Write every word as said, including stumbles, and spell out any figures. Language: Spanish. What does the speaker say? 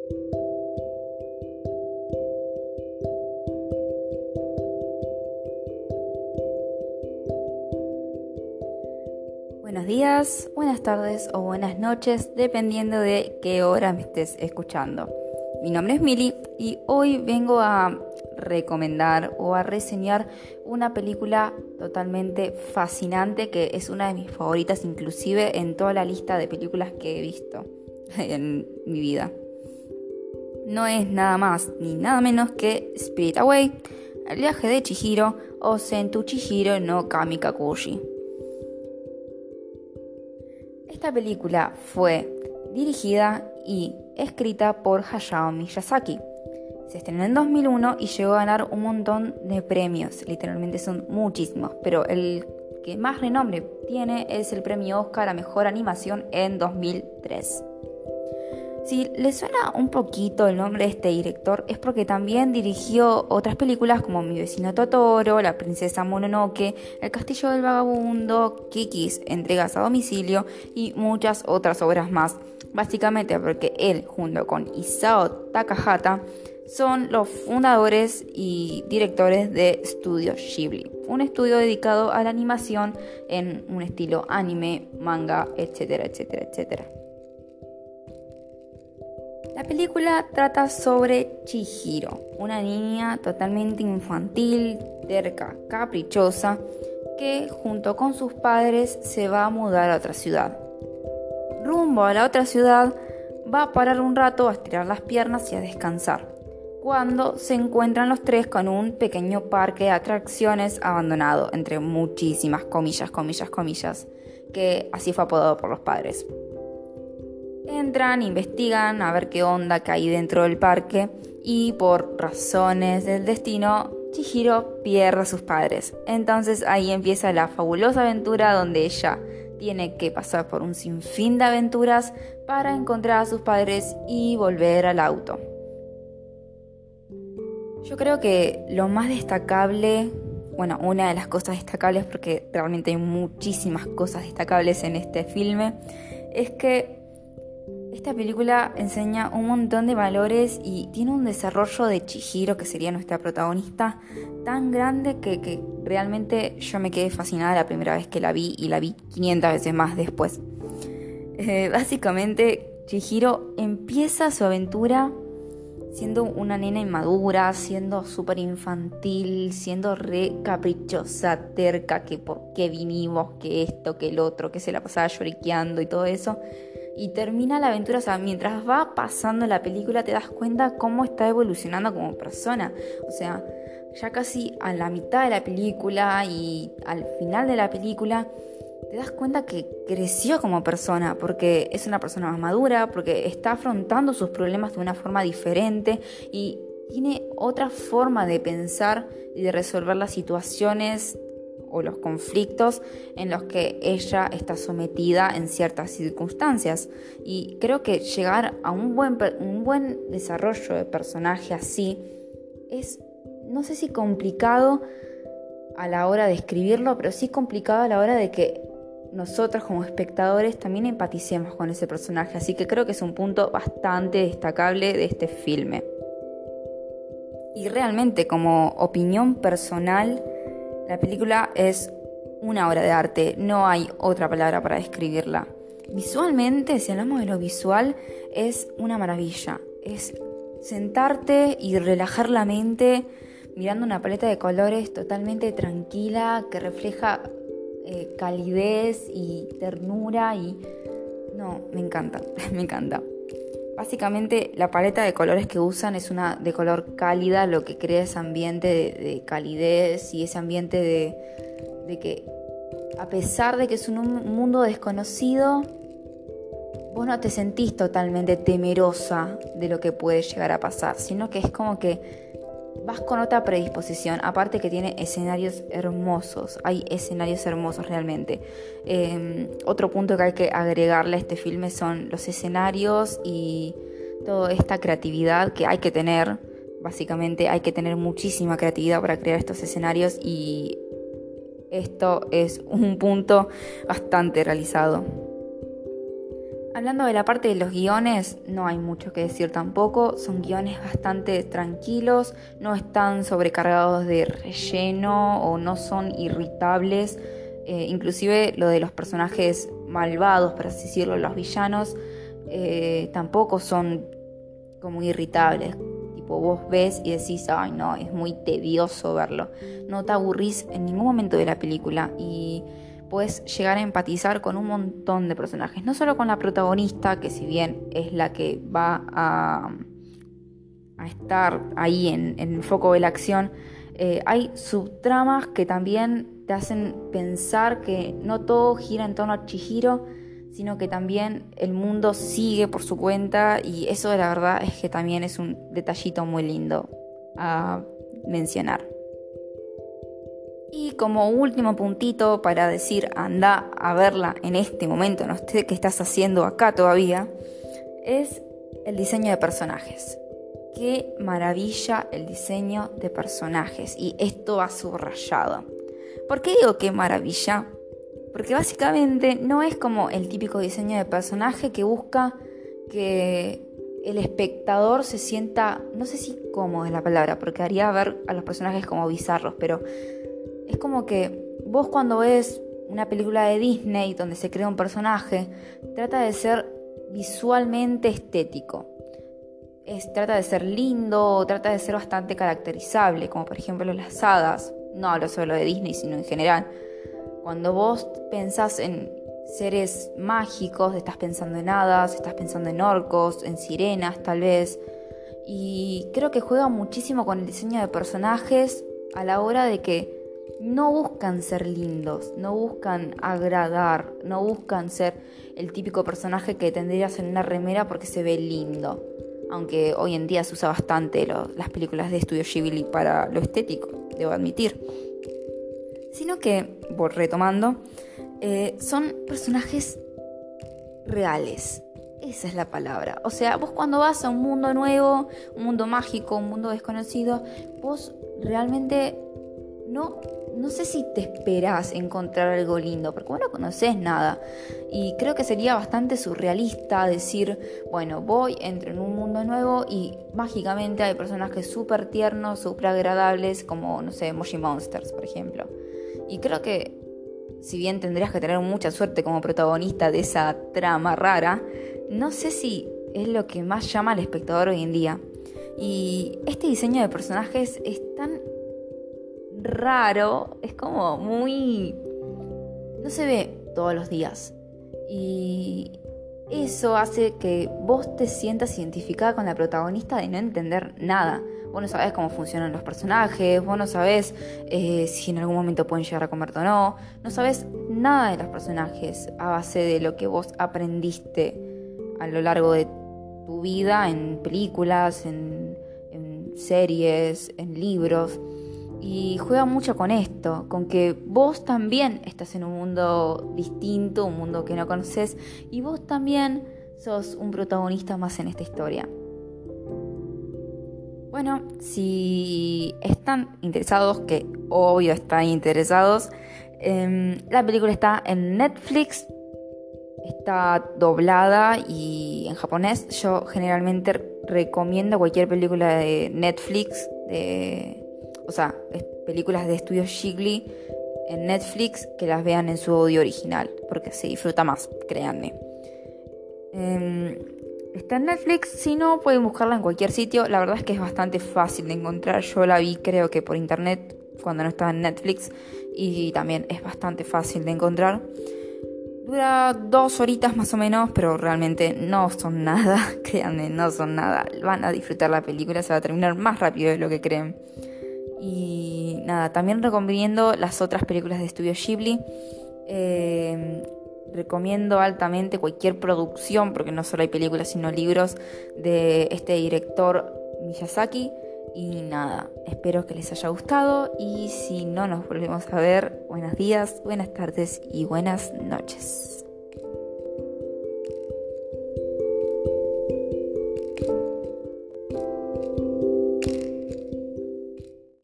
Buenos días, buenas tardes o buenas noches, dependiendo de qué hora me estés escuchando. Mi nombre es Mili y hoy vengo a recomendar o a reseñar una película totalmente fascinante que es una de mis favoritas, inclusive en toda la lista de películas que he visto en mi vida. No es nada más ni nada menos que Spirit Away, el viaje de Chihiro o Sentou Chihiro no Kamikakushi. Esta película fue dirigida y escrita por Hayao Miyazaki. Se estrenó en dos mil uno y llegó a ganar un montón de premios, literalmente son muchísimos, pero el que más renombre tiene es el premio Oscar a Mejor Animación en dos mil tres. Si les suena un poquito el nombre de este director es porque también dirigió otras películas como Mi vecino Totoro, La princesa Mononoke, El castillo del vagabundo, Kiki's entregas a domicilio y muchas otras obras más. Básicamente porque él, junto con Isao Takahata, son los fundadores y directores de Studio Ghibli, un estudio dedicado a la animación en un estilo anime, manga, etcétera, etcétera, etcétera. La película trata sobre Chihiro, una niña totalmente infantil, terca, caprichosa, que junto con sus padres se va a mudar a otra ciudad. Rumbo a la otra ciudad va a parar un rato a estirar las piernas y a descansar, cuando se encuentran los tres con un pequeño parque de atracciones abandonado, entre muchísimas comillas, comillas, comillas, que así fue apodado por los padres. Entran, investigan a ver qué onda que hay dentro del parque y por razones del destino, Chihiro pierde a sus padres. Entonces ahí empieza la fabulosa aventura donde ella tiene que pasar por un sinfín de aventuras para encontrar a sus padres y volver al auto. Yo creo que lo más destacable, bueno, una de las cosas destacables, porque realmente hay muchísimas cosas destacables en este filme, es que esta película enseña un montón de valores y tiene un desarrollo de Chihiro, que sería nuestra protagonista, tan grande que, que realmente yo me quedé fascinada la primera vez que la vi y la vi quinientas veces más después. Eh, básicamente, Chihiro empieza su aventura siendo una nena inmadura, siendo súper infantil, siendo re caprichosa, terca, que por qué vinimos, que esto, que el otro, que se la pasaba lloriqueando y todo eso. Y termina la aventura, o sea, mientras va pasando la película te das cuenta cómo está evolucionando como persona. O sea, ya casi a la mitad de la película y al final de la película te das cuenta que creció como persona, porque es una persona más madura, porque está afrontando sus problemas de una forma diferente y tiene otra forma de pensar y de resolver las situaciones o los conflictos en los que ella está sometida en ciertas circunstancias. Y creo que llegar a un buen, un buen desarrollo de personaje así es, no sé si complicado a la hora de escribirlo, pero sí complicado a la hora de que nosotros como espectadores también empaticemos con ese personaje. Así que creo que es un punto bastante destacable de este filme. Y realmente, como opinión personal, la película es una obra de arte, no hay otra palabra para describirla. Visualmente, si hablamos de lo visual, es una maravilla. Es sentarte y relajar la mente mirando una paleta de colores totalmente tranquila que refleja eh, calidez y ternura y... No, me encanta, me encanta. Básicamente la paleta de colores que usan es una de color cálida, lo que crea ese ambiente de, de calidez y ese ambiente de, de que a pesar de que es un mundo desconocido, vos no te sentís totalmente temerosa de lo que puede llegar a pasar, sino que es como que vas con otra predisposición, aparte que tiene escenarios hermosos, hay escenarios hermosos realmente. Eh, otro punto que hay que agregarle a este filme son los escenarios y toda esta creatividad que hay que tener. Básicamente hay que tener muchísima creatividad para crear estos escenarios y esto es un punto bastante realizado. Hablando de la parte de los guiones, no hay mucho que decir tampoco. Son guiones bastante tranquilos, no están sobrecargados de relleno o no son irritables. Eh, inclusive lo de los personajes malvados, por así decirlo, los villanos, eh, tampoco son como irritables. Tipo, vos ves y decís, ay no, es muy tedioso verlo. No te aburrís en ningún momento de la película y puedes llegar a empatizar con un montón de personajes. No solo con la protagonista, que si bien es la que va a, a estar ahí en, en el foco de la acción, eh, hay subtramas que también te hacen pensar que no todo gira en torno a Chihiro, sino que también el mundo sigue por su cuenta, y eso la verdad es que también es un detallito muy lindo a mencionar. Y como último puntito para decir anda a verla en este momento, no sé qué estás haciendo acá todavía, es el diseño de personajes. Qué maravilla el diseño de personajes, y esto va subrayado. ¿Por qué digo qué maravilla? Porque básicamente no es como el típico diseño de personaje que busca que el espectador se sienta, no sé si cómodo es la palabra, porque haría ver a los personajes como bizarros, pero es como que vos cuando ves una película de Disney donde se crea un personaje, trata de ser visualmente estético. Es, trata de ser lindo, trata de ser bastante caracterizable, como por ejemplo las hadas. No hablo solo de Disney, sino en general. Cuando vos pensás en seres mágicos, estás pensando en hadas, estás pensando en orcos, en sirenas tal vez. Y creo que juega muchísimo con el diseño de personajes a la hora de que no buscan ser lindos, no buscan agradar, no buscan ser el típico personaje que tendrías en una remera porque se ve lindo. Aunque hoy en día se usa bastante lo, las películas de Estudio Ghibli para lo estético, debo admitir. Sino que, retomando, eh, son personajes reales. Esa es la palabra. O sea, vos cuando vas a un mundo nuevo, un mundo mágico, un mundo desconocido, vos realmente no, no sé si te esperás encontrar algo lindo, porque vos no conocés nada. Y creo que sería bastante surrealista decir, bueno, voy, entro en un mundo nuevo y mágicamente hay personajes súper tiernos, súper agradables, como, no sé, Moshi Monsters, por ejemplo. Y creo que, si bien tendrías que tener mucha suerte como protagonista de esa trama rara, no sé si es lo que más llama al espectador hoy en día. Y este diseño de personajes es tan raro, es como muy... no se ve todos los días. Y eso hace que vos te sientas identificada con la protagonista de no entender nada. Vos no sabés cómo funcionan los personajes, vos no sabés eh, si en algún momento pueden llegar a comerte o no. No sabés nada de los personajes a base de lo que vos aprendiste a lo largo de tu vida en películas, en, en series, en libros. Y juega mucho con esto, con que vos también estás en un mundo distinto, un mundo que no conoces, y vos también sos un protagonista más en esta historia. Bueno, si están interesados, que obvio están interesados, eh, la película está en Netflix, está doblada y en japonés. Yo generalmente recomiendo cualquier película de Netflix, de, o sea, películas de Estudio Ghibli en Netflix, que las vean en su audio original, porque se disfruta más, créanme. Eh, Está en Netflix, si no pueden buscarla en cualquier sitio. La verdad es que es bastante fácil de encontrar. Yo la vi creo que por internet cuando no estaba en Netflix, y también es bastante fácil de encontrar. Dura dos horitas más o menos, pero realmente no son nada. Créanme, no son nada. Van a disfrutar la película, se va a terminar más rápido de lo que creen. Y nada, también recomiendo las otras películas de Estudio Ghibli. Eh... Recomiendo altamente cualquier producción, porque no solo hay películas sino libros, de este director Miyazaki. Y nada, espero que les haya gustado, y si no nos volvemos a ver, buenos días, buenas tardes y buenas noches.